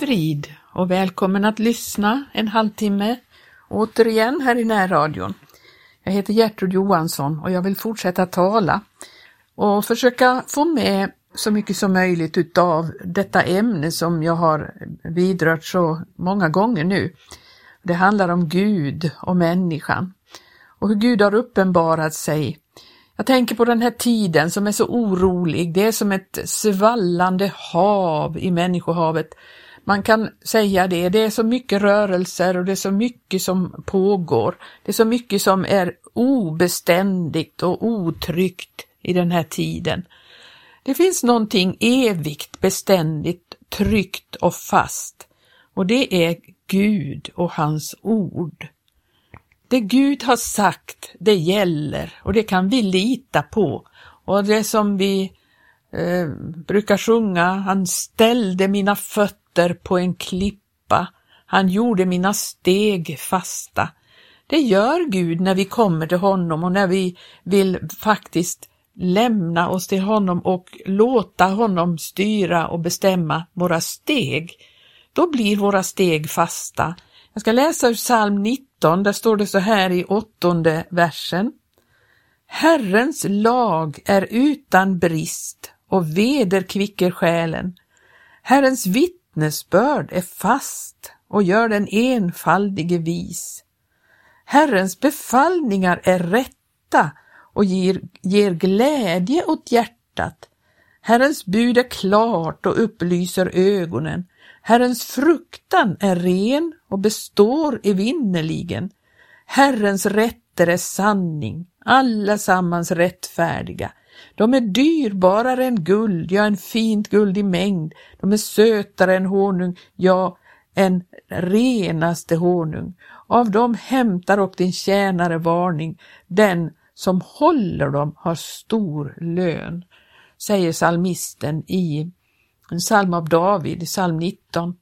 frid och välkommen att lyssna en halvtimme återigen här i närradion. Jag heter Gertrud Johansson och jag vill fortsätta tala och försöka få med så mycket som möjligt utav detta ämne som jag har vidrört så många gånger nu. Det handlar om Gud och människan och hur Gud har uppenbarat sig. Jag tänker på den här tiden som är så orolig. Det är som ett svallande hav i människohavet. Man kan säga det. Det är så mycket rörelser och det är så mycket som pågår. Det är så mycket som är obeständigt och otryggt i den här tiden. Det finns någonting evigt, beständigt, tryggt och fast. Och det är Gud och hans ord. Det Gud har sagt, det gäller och det kan vi lita på. Och det som vi brukar sjunga, han ställde mina fötter på en klippa, han gjorde mina steg fasta. Det gör Gud när vi kommer till honom och när vi vill faktiskt lämna oss till honom och låta honom styra och bestämma våra steg. Då blir våra steg fasta. Jag ska läsa ur psalm 19, där står det så här i 8:e versen. Herrens lag är utan brist och vederkvicker själen. Herrens vittnesbörd är fast och gör den enfaldige vis. Herrens befallningar är rätta och ger glädje åt hjärtat. Herrens bud är klart och upplyser ögonen. Herrens fruktan är ren och består evinnerligen. Herrens rätter är sanning, allasammans rättfärdiga. De är dyrbarare än guld, ja, en fint guld i mängd. De är sötare än honung, ja, en renaste honung. Av dem hämtar och din tjänare varning. Den som håller dem har stor lön, säger psalmisten i en psalm av David, i psalm 19.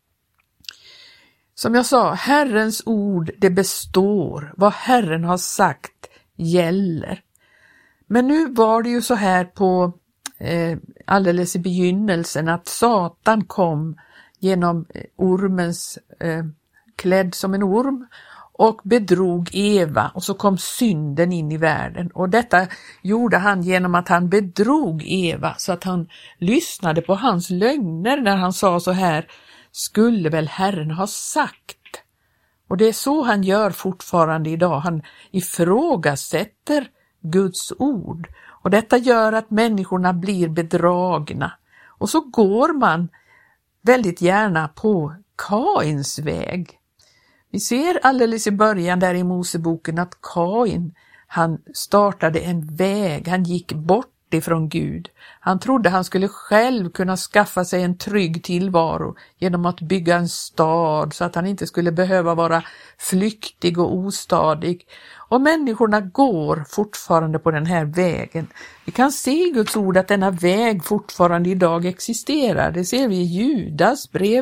Som jag sa, Herrens ord, det består. Vad Herren har sagt gäller. Men nu var det ju så här på alldeles i begynnelsen att Satan kom genom ormens klädd som en orm och bedrog Eva, och så kom synden in i världen. Och detta gjorde han genom att han bedrog Eva, så att han lyssnade på hans lögner när han sa så här: skulle väl Herren ha sagt? Och det är så han gör fortfarande idag. Han ifrågasätter Guds ord. Och detta gör att människorna blir bedragna. Och så går man väldigt gärna på Kains väg. Vi ser alldeles i början där i Moseboken att Kain, han startade en väg, han gick bort ifrån Gud. Han trodde han skulle själv kunna skaffa sig en trygg tillvaro genom att bygga en stad så att han inte skulle behöva vara flyktig och ostadig. Och människorna går fortfarande på den här vägen. Vi kan se i Guds ord att denna väg fortfarande idag existerar. Det ser vi i Judas brev,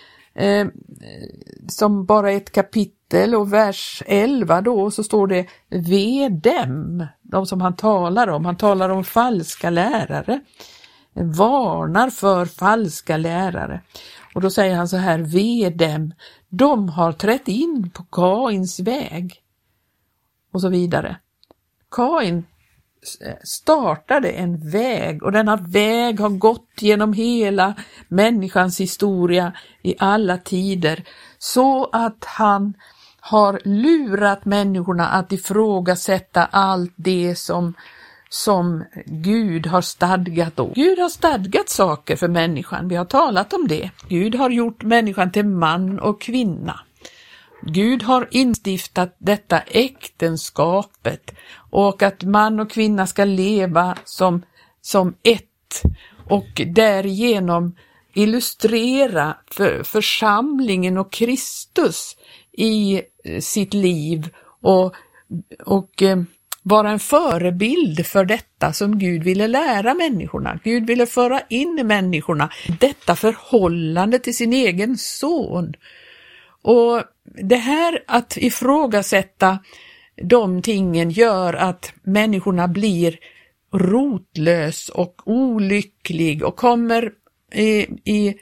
som bara ett kapitel, och vers 11 då så står det: ve dem, de som han talar om falska lärare, varnar för falska lärare. Och då säger han så här: ve dem, de har trätt in på Kains väg, och så vidare. Kain startade en väg, och denna väg har gått genom hela människans historia i alla tider, så att han har lurat människorna att ifrågasätta allt det som Gud har stadgat. Gud har stadgat saker för människan, vi har talat om det. Gud har gjort människan till man och kvinna. Gud har instiftat detta äktenskapet, och att man och kvinna ska leva som ett, och därigenom illustrera för församlingen och Kristus i sitt liv och vara en förebild för detta som Gud ville lära människorna. Gud ville föra in i människorna detta förhållande till sin egen son. Och det här att ifrågasätta de tingen gör att människorna blir rotlös och olycklig och kommer i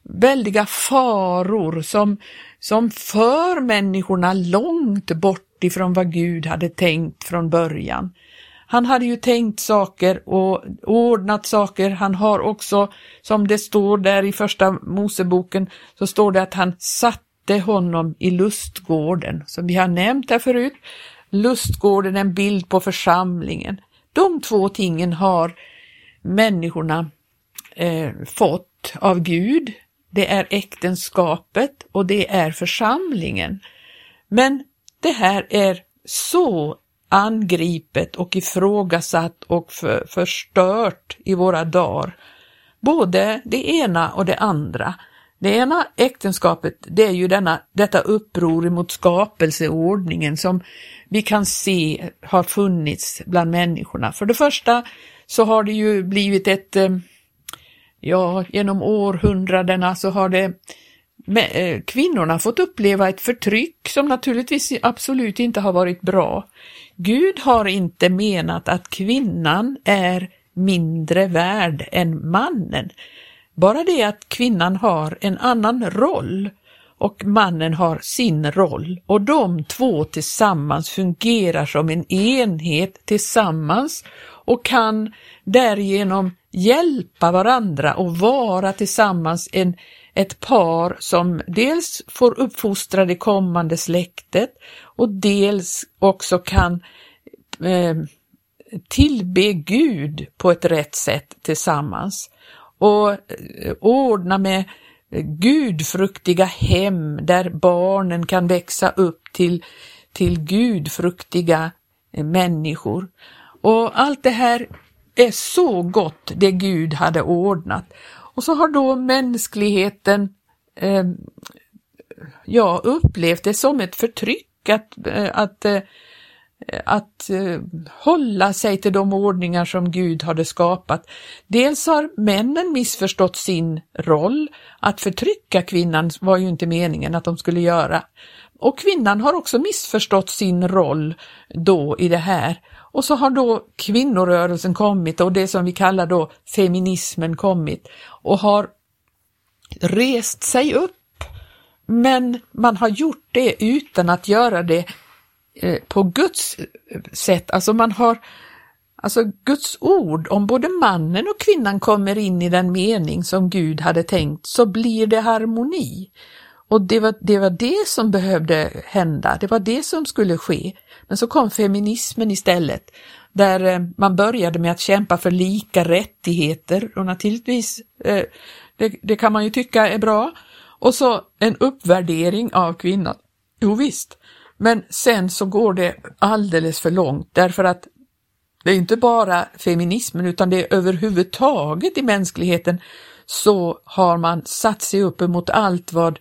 väldiga faror som för människorna långt bort ifrån vad Gud hade tänkt från början. Han hade ju tänkt saker och ordnat saker. Han har också, som det står där i första Moseboken, så står det att han satte honom i lustgården. Som vi har nämnt här förut, lustgården är en bild på församlingen. De två tingen har människorna fått av Gud. Det är äktenskapet och det är församlingen. Men det här är så angripet och ifrågasatt och förstört i våra dagar. Både det ena och det andra. Det ena äktenskapet, det är ju detta uppror mot skapelseordningen som vi kan se har funnits bland människorna. För det första så har det ju blivit genom århundradena så har kvinnorna fått uppleva ett förtryck som naturligtvis absolut inte har varit bra. Gud har inte menat att kvinnan är mindre värd än mannen. Bara det att kvinnan har en annan roll och mannen har sin roll och de två tillsammans fungerar som en enhet tillsammans och kan därigenom hjälpa varandra och vara tillsammans ett par som dels får uppfostra det kommande släktet och dels också kan tillbe Gud på ett rätt sätt tillsammans och ordna med gudfruktiga hem där barnen kan växa upp till gudfruktiga människor. Och allt det här är så gott det Gud hade ordnat. Och så har då mänskligheten upplevt det som ett förtryck att hålla sig till de ordningar som Gud hade skapat. Dels har männen missförstått sin roll. Att förtrycka kvinnan var ju inte meningen att de skulle göra. Och kvinnan har också missförstått sin roll då i det här. Och så har då kvinnorörelsen kommit och det som vi kallar då feminismen kommit och har rest sig upp. Men man har gjort det utan att göra det på Guds sätt. Alltså Guds ord, om både mannen och kvinnan kommer in i den mening som Gud hade tänkt så blir det harmoni. Och det var det som behövde hända, det var det som skulle ske. Men så kom feminismen istället, där man började med att kämpa för lika rättigheter och naturligtvis, det kan man ju tycka är bra. Och så en uppvärdering av kvinnan, jo visst. Men sen så går det alldeles för långt därför att det är inte bara feminismen utan det är överhuvudtaget i mänskligheten så har man satt sig upp emot allt vad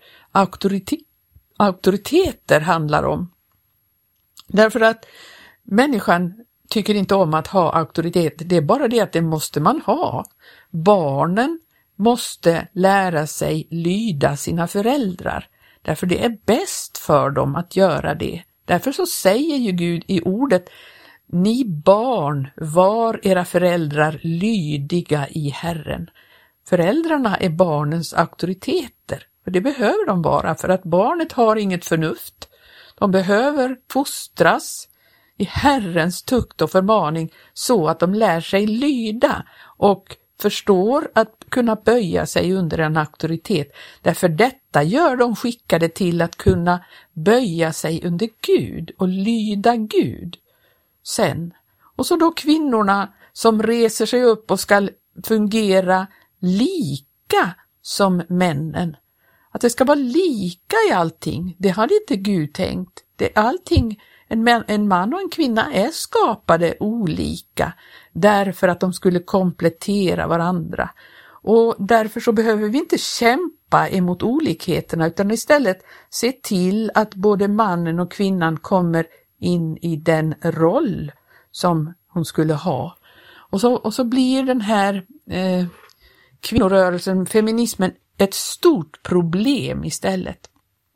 auktoriteter handlar om. Därför att människan tycker inte om att ha auktoritet. Det är bara det att det måste man ha. Barnen måste lära sig lyda sina föräldrar. Därför det är bäst för dem att göra det. Därför så säger ju Gud i ordet: ni barn, var era föräldrar lydiga i Herren. Föräldrarna är barnens auktoriteter. För det behöver de vara, för att barnet har inget förnuft. De behöver fostras i Herrens tukt och förmaning så att de lär sig lyda och förstår att kunna böja sig under en auktoritet. Därför detta gör de skickade till att kunna böja sig under Gud och lyda Gud. Sen, och så då kvinnorna som reser sig upp och ska fungera lika som männen. Att det ska vara lika i allting, det hade inte Gud tänkt. Allting, en man och en kvinna är skapade olika därför att de skulle komplettera varandra. Och därför så behöver vi inte kämpa emot olikheterna utan istället se till att både mannen och kvinnan kommer in i den roll som hon skulle ha. Och så blir den här kvinnorörelsen, feminismen, ett stort problem istället.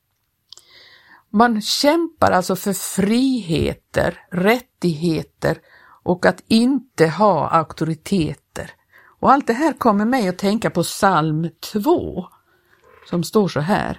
Man kämpar alltså för friheter, rättigheter och att inte ha auktoriteter. Och allt det här kommer mig att tänka på psalm 2. som står så här.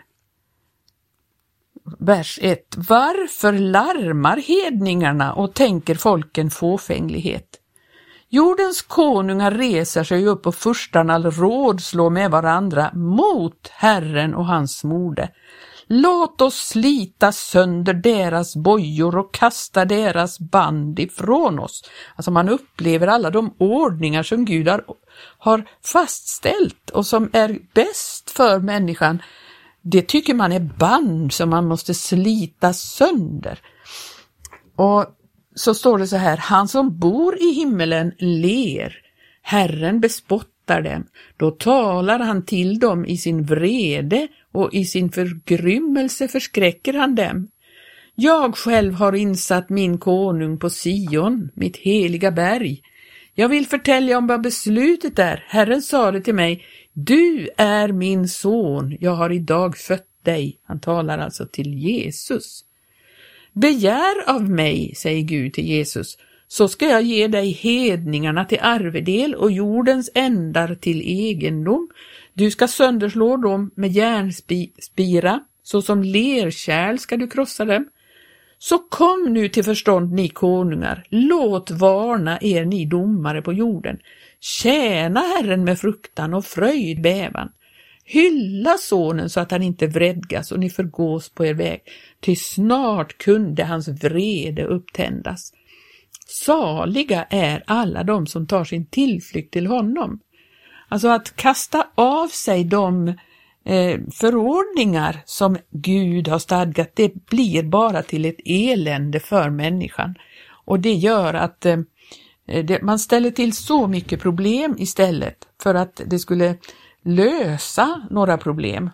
Vers 1. Varför larmar hedningarna och tänker folken fåfänglighet? Jordens konungar reser sig upp och furstarna rådslår med varandra mot Herren och hans mode. Låt oss slita sönder deras bojor och kasta deras band ifrån oss. Alltså man upplever alla de ordningar som Gud har fastställt och som är bäst för människan. Det tycker man är band som man måste slita sönder. Och så står det så här, han som bor i himmelen ler, Herren bespottar dem. Då talar han till dem i sin vrede och i sin förgrymmelse förskräcker han dem. Jag själv har insatt min konung på Sion, mitt heliga berg. Jag vill förtälja om vad beslutet är. Herren sa det till mig, du är min son, jag har idag fött dig. Han talar alltså till Jesus. Begär av mig, säger Gud till Jesus, så ska jag ge dig hedningarna till arvedel och jordens ändar till egendom. Du ska sönderslå dem med järnspira, så som lerkärl ska du krossa dem. Så kom nu till förstånd, ni konungar, låt varna er, ni domare på jorden. Tjäna Herren med fruktan och fröjd bävan. Hylla sonen så att han inte vredgas och ni förgås på er väg, till snart kunde hans vrede upptändas. Saliga är alla de som tar sin tillflykt till honom. Alltså att kasta av sig de förordningar som Gud har stadgat, det blir bara till ett elände för människan. Och det gör att man ställer till så mycket problem istället för att det skulle lösa några problem.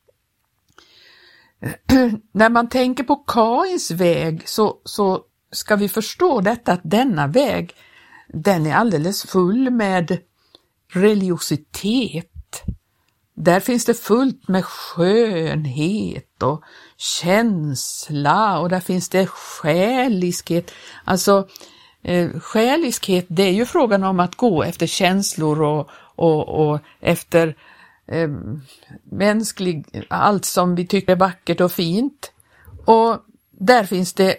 När man tänker på Kains väg så ska vi förstå detta, att denna väg, den är alldeles full med religiositet. Där finns det fullt med skönhet och känsla, och där finns det själiskhet. Alltså själiskhet, det är ju frågan om att gå efter känslor och efter mänsklig, allt som vi tycker är vackert och fint. Och där finns det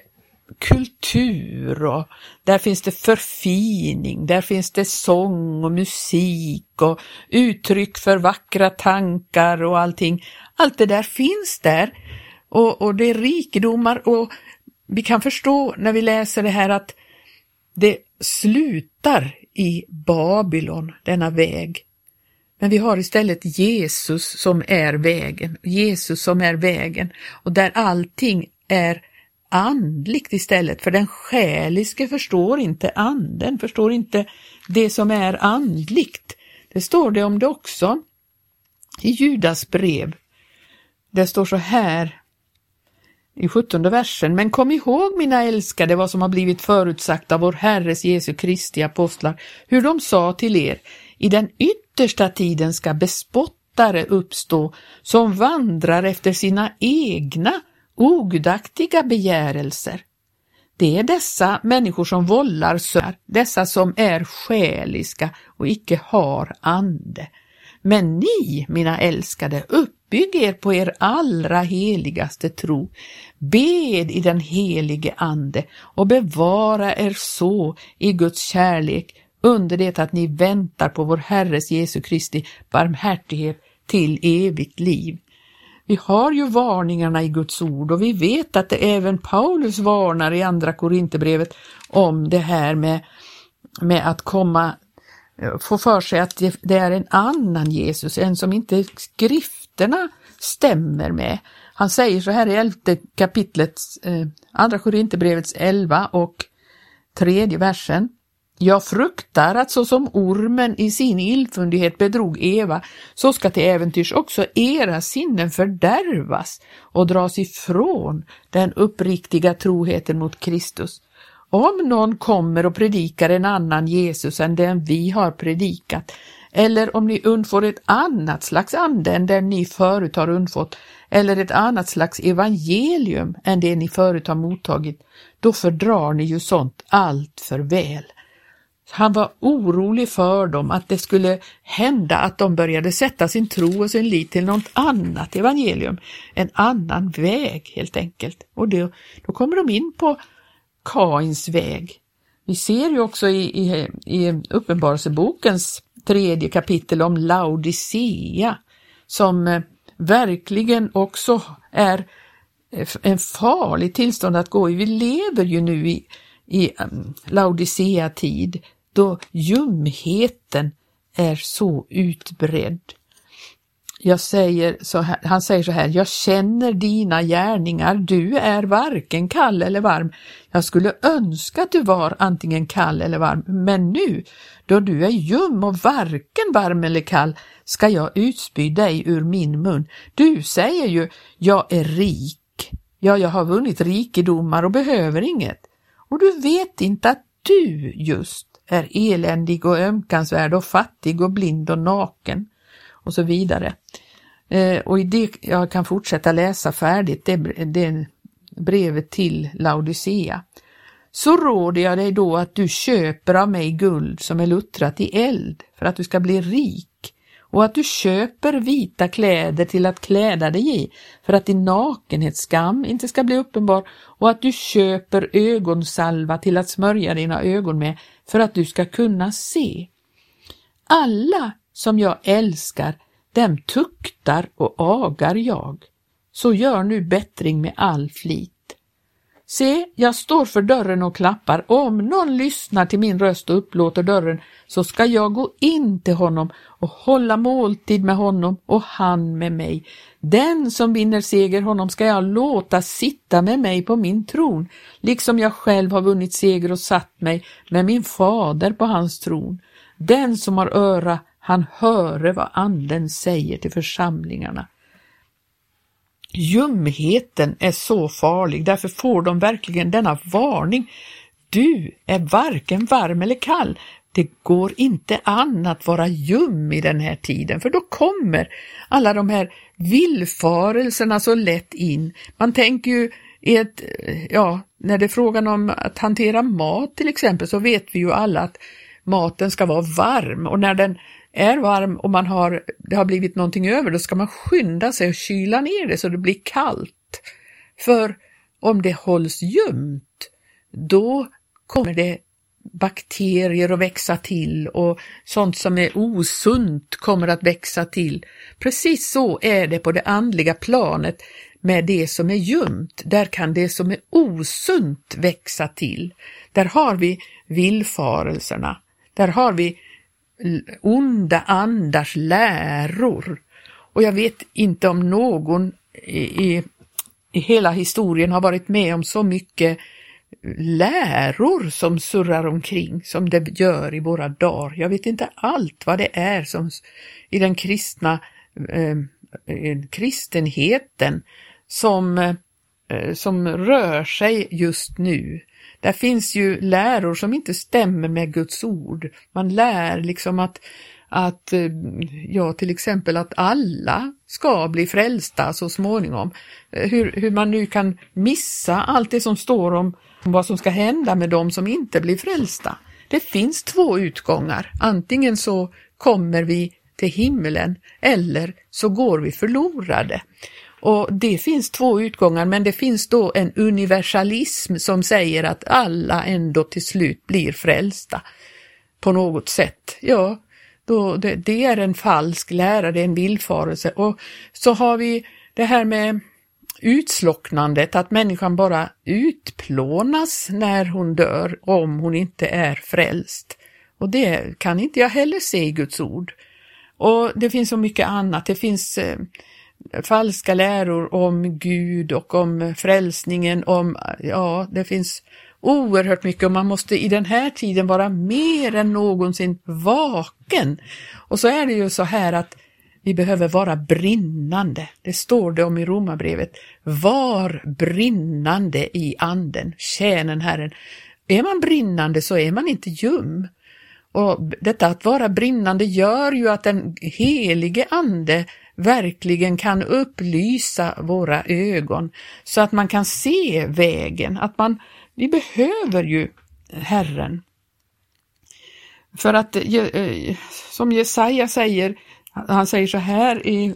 kultur och där finns det förfining, där finns det sång och musik och uttryck för vackra tankar och allting. Allt det där finns där och det är rikedomar, och vi kan förstå när vi läser det här att det slutar i Babylon, denna väg. Men vi har istället Jesus som är vägen. Jesus som är vägen. Och där allting är andligt istället. För den själiske förstår inte anden. Förstår inte det som är andligt. Det står det om det också i Judas brev. Det står så här i 17:e versen. Men kom ihåg, mina älskade, vad som har blivit förutsagt av vår Herres Jesu Kristi apostlar. Hur de sa till er: i den yttersta tiden ska bespottare uppstå som vandrar efter sina egna ogudaktiga begärelser. Det är dessa människor som vållar sönder, dessa som är själiska och icke har ande. Men ni, mina älskade, uppbygg er på er allra heligaste tro. Bed i den helige ande och bevara er så i Guds kärlek, under det att ni väntar på vår Herres Jesu Kristi barmhärtighet till evigt liv. Vi har ju varningarna i Guds ord, och vi vet att det även Paulus varnar i andra Korinthierbrevet om det här med att få för sig att det är en annan Jesus, en som inte skrifterna stämmer med. Han säger så här i 11:e kapitlet, andra Korinthierbrevets 11 och 3:e versen. Jag fruktar att så som ormen i sin illfundighet bedrog Eva, så ska till äventyrs också era sinnen fördärvas och dras ifrån den uppriktiga troheten mot Kristus. Om någon kommer och predikar en annan Jesus än den vi har predikat, eller om ni undfår ett annat slags ande än den ni förut har undfått, eller ett annat slags evangelium än det ni förut har mottagit, då fördrar ni ju sånt allt för väl. Han var orolig för dem, att det skulle hända att de började sätta sin tro och sin lit till något annat evangelium, en annan väg helt enkelt. Och då kommer de in på Kains väg. Vi ser ju också i Uppenbarelsebokens 3:e kapitel om Laodicea, som verkligen också är en farlig tillstånd att gå i. Vi lever ju nu i Laodicea-tid, då ljumheten är så utbredd. Han säger så här: jag känner dina gärningar, du är varken kall eller varm. Jag skulle önska att du var antingen kall eller varm, men nu, då du är ljum och varken varm eller kall, ska jag utspy dig ur min mun. Du säger ju, jag är rik. Ja, jag har vunnit rikedomar och behöver inget. Och du vet inte att du just är eländig och ömkansvärd och fattig och blind och naken. Och så vidare. Och i det, jag kan fortsätta läsa färdigt det brevet till Laodicea. Så råder jag dig då att du köper av mig guld som är luttrat i eld för att du ska bli rik, och att du köper vita kläder till att kläda dig i för att din nakenhetsskam inte ska bli uppenbar, och att du köper ögonsalva till att smörja dina ögon med för att du ska kunna se. Alla som jag älskar, dem tuktar och agar jag. Så gör nu bättring med all flit. Se, jag står för dörren och klappar. Om någon lyssnar till min röst och upplåter dörren, så ska jag gå in till honom och hålla måltid med honom och han med mig. Den som vinner seger, honom ska jag låta sitta med mig på min tron, liksom jag själv har vunnit seger och satt mig med min fader på hans tron. Den som har öra, han höre vad anden säger till församlingarna. Ljumheten är så farlig, därför får de verkligen denna varning. Du är varken varm eller kall. Det går inte an att vara ljum i den här tiden, för då kommer alla de här villfarelserna så lätt in. Man tänker ju när det är frågan om att hantera mat till exempel, så vet vi ju alla att maten ska vara varm, och när den är varm och det har blivit någonting över, då ska man skynda sig och kyla ner det så det blir kallt. För om det hålls ljumt, då kommer det bakterier att växa till, och sånt som är osunt kommer att växa till. Precis så är det på det andliga planet med det som är ljumt. Där kan det som är osunt växa till. Där har vi villfarelserna. Där har vi onda andars läror. Och jag vet inte om någon i hela historien har varit med om så mycket läror som surrar omkring som det gör i våra dagar. Jag vet inte allt vad det är som i den kristenheten som rör sig just nu. Där finns ju läror som inte stämmer med Guds ord. Man lär liksom till exempel att alla ska bli frälsta så småningom. Hur man nu kan missa allt det som står om vad som ska hända med dem som inte blir frälsta. Det finns 2 utgångar. Antingen så kommer vi till himmelen, eller så går vi förlorade. Och det finns 2 utgångar, men det finns då en universalism som säger att alla ändå till slut blir frälsta på något sätt. Ja, det är en falsk lära, det är en villfarelse. Och så har vi det här med utslocknandet, att människan bara utplånas när hon dör om hon inte är frälst. Och det kan inte jag heller se i Guds ord. Och det finns så mycket annat. Det finns falska läror om Gud och om frälsningen, det finns oerhört mycket, och man måste i den här tiden vara mer än någonsin vaken. Och så är det ju så här att vi behöver vara brinnande. Det står det om i Romarbrevet. Var brinnande i anden, tjänen Herren. Är man brinnande så är man inte ljum. Och detta att vara brinnande gör ju att den helige ande verkligen kan upplysa våra ögon så att man kan se vägen. Vi behöver ju Herren. För att som Jesaja säger, han säger så här i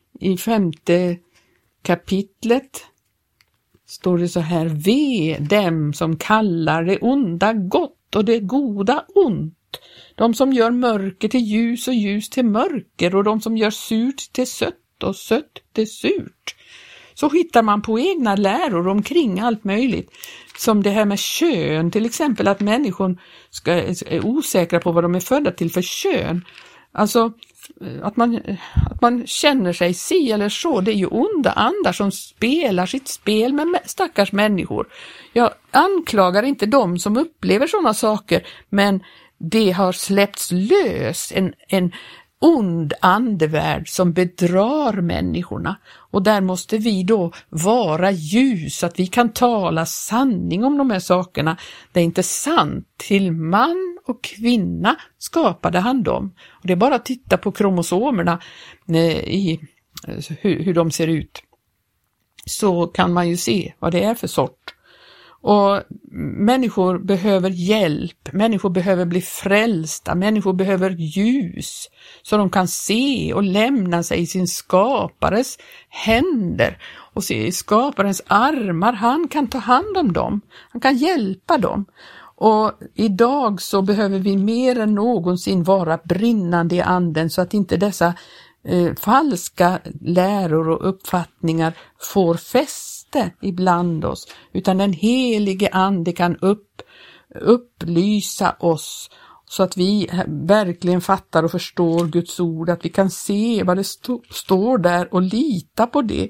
5:e kapitlet, står det så här: ve dem som kallar det onda gott och det goda ont, de som gör mörker till ljus och ljus till mörker, och de som gör surt till sött och sött till surt. Så hittar man på egna läror omkring allt möjligt. Som det här med kön, till exempel, att människor är osäkra på vad de är födda till för kön. Alltså att man känner sig si eller så, det är ju onda andar som spelar sitt spel med stackars människor. Jag anklagar inte dem som upplever sådana saker, men det har släppts lös en ond andevärld som bedrar människorna, och där måste vi då vara ljus så att vi kan tala sanning om de här sakerna. Det är inte sant, till man och kvinna skapade han dem, och det är bara att titta på kromosomerna i hur de ser ut, så kan man ju se vad det är för sort. Och människor behöver hjälp, människor behöver bli frälsta, människor behöver ljus så de kan se och lämna sig i sin skapares händer och se i skaparens armar. Han kan ta hand om dem, han kan hjälpa dem. Och idag så behöver vi mer än någonsin vara brinnande i anden, så att inte dessa falska läror och uppfattningar får fäste ibland oss, utan den helige ande kan upplysa oss så att vi verkligen fattar och förstår Guds ord, att vi kan se vad det står där och lita på det.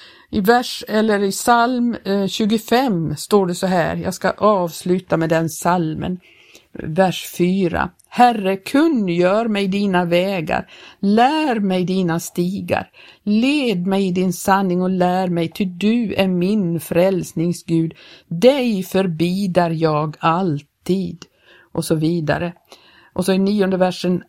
I psalm 25 står det så här, jag ska avsluta med den psalmen, vers 4. Herre, kungör mig dina vägar, lär mig dina stigar, led mig i din sanning och lär mig, ty du är min frälsningsgud, dig förbidar jag alltid, och så vidare. Och så i 9:e versen,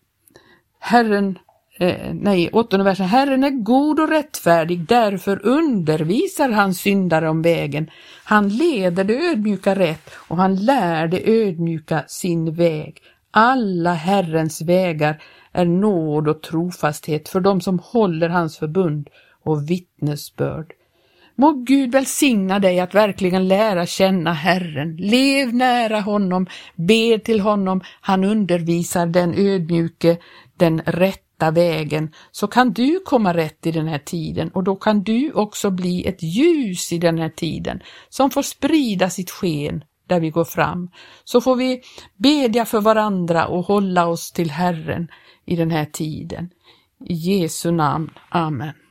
8:e versen, Herren är god och rättfärdig, därför undervisar han syndare om vägen. Han leder det ödmjuka rätt och han lär det ödmjuka sin väg. Alla Herrens vägar är nåd och trofasthet för dem som håller hans förbund och vittnesbörd. Må Gud välsigna dig att verkligen lära känna Herren. Lev nära honom, be till honom. Han undervisar den ödmjuke, den rätta vägen. Så kan du komma rätt i den här tiden, och då kan du också bli ett ljus i den här tiden som får sprida sitt sken där vi går fram. Så får vi bedja för varandra och hålla oss till Herren i den här tiden. I Jesu namn. Amen.